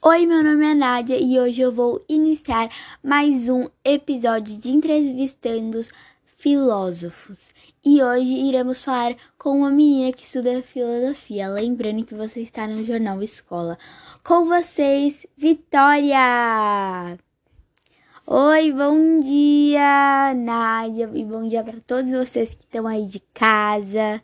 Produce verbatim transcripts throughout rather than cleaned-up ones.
Oi, meu nome é Nádia e hoje eu vou iniciar mais um episódio de Entrevistando Filósofos. E hoje iremos falar com uma menina que estuda filosofia, lembrando que você está no Jornal Escola. Com vocês, Vitória! Oi, bom dia, Nádia, e bom dia para todos vocês que estão aí de casa.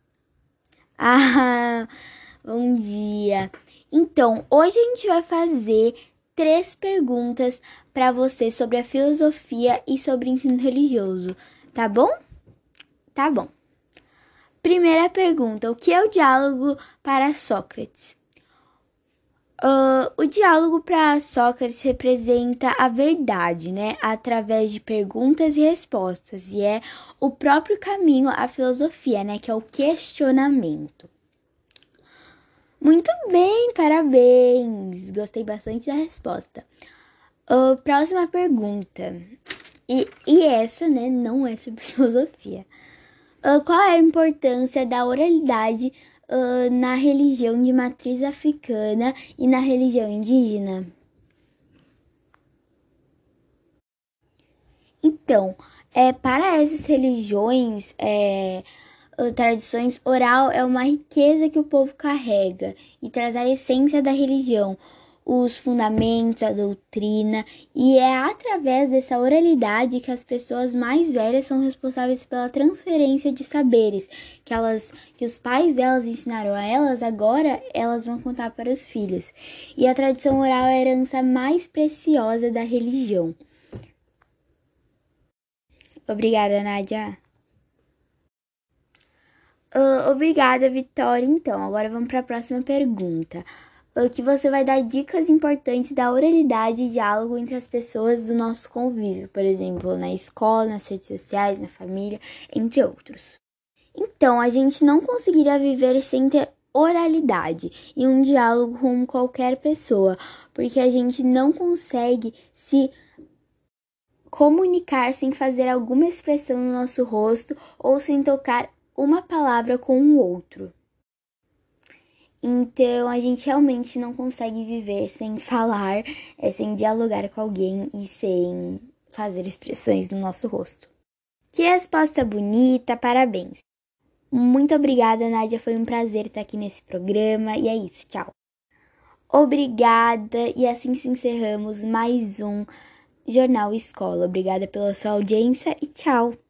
Ah, bom dia! Então, hoje a gente vai fazer três perguntas para você sobre a filosofia e sobre o ensino religioso, tá bom? Tá bom. Primeira pergunta: o que é o diálogo para Sócrates? Uh, o diálogo para Sócrates representa a verdade, né? Através de perguntas e respostas, e é o próprio caminho à filosofia, né? Que é o questionamento. Muito bem, parabéns! Gostei bastante da resposta. Uh, próxima pergunta. E, e essa, né, não é sobre filosofia. Uh, qual é a importância da oralidade uh, na religião de matriz africana e na religião indígena? Então, é, para essas religiões, é, tradições, oral é uma riqueza que o povo carrega e traz a essência da religião, os fundamentos, a doutrina, e é através dessa oralidade que as pessoas mais velhas são responsáveis pela transferência de saberes que elas, que os pais delas ensinaram a elas, agora elas vão contar para os filhos. E a tradição oral é a herança mais preciosa da religião. Obrigada, Nádia. Uh, obrigada, Vitória. Então, agora vamos para a próxima pergunta. Uh, que você vai dar dicas importantes da oralidade e diálogo entre as pessoas do nosso convívio, por exemplo, na escola, nas redes sociais, na família, entre outros. Então, a gente não conseguiria viver sem ter oralidade e um diálogo com qualquer pessoa, porque a gente não consegue se comunicar sem fazer alguma expressão no nosso rosto ou sem tocar uma palavra com o outro. Então, a gente realmente não consegue viver sem falar, é, sem dialogar com alguém e sem fazer expressões no nosso rosto. Que resposta bonita, parabéns! Muito obrigada, Nádia, foi um prazer estar aqui nesse programa e é isso, tchau! Obrigada, e assim se encerramos mais um Jornal Escola. Obrigada pela sua audiência e tchau!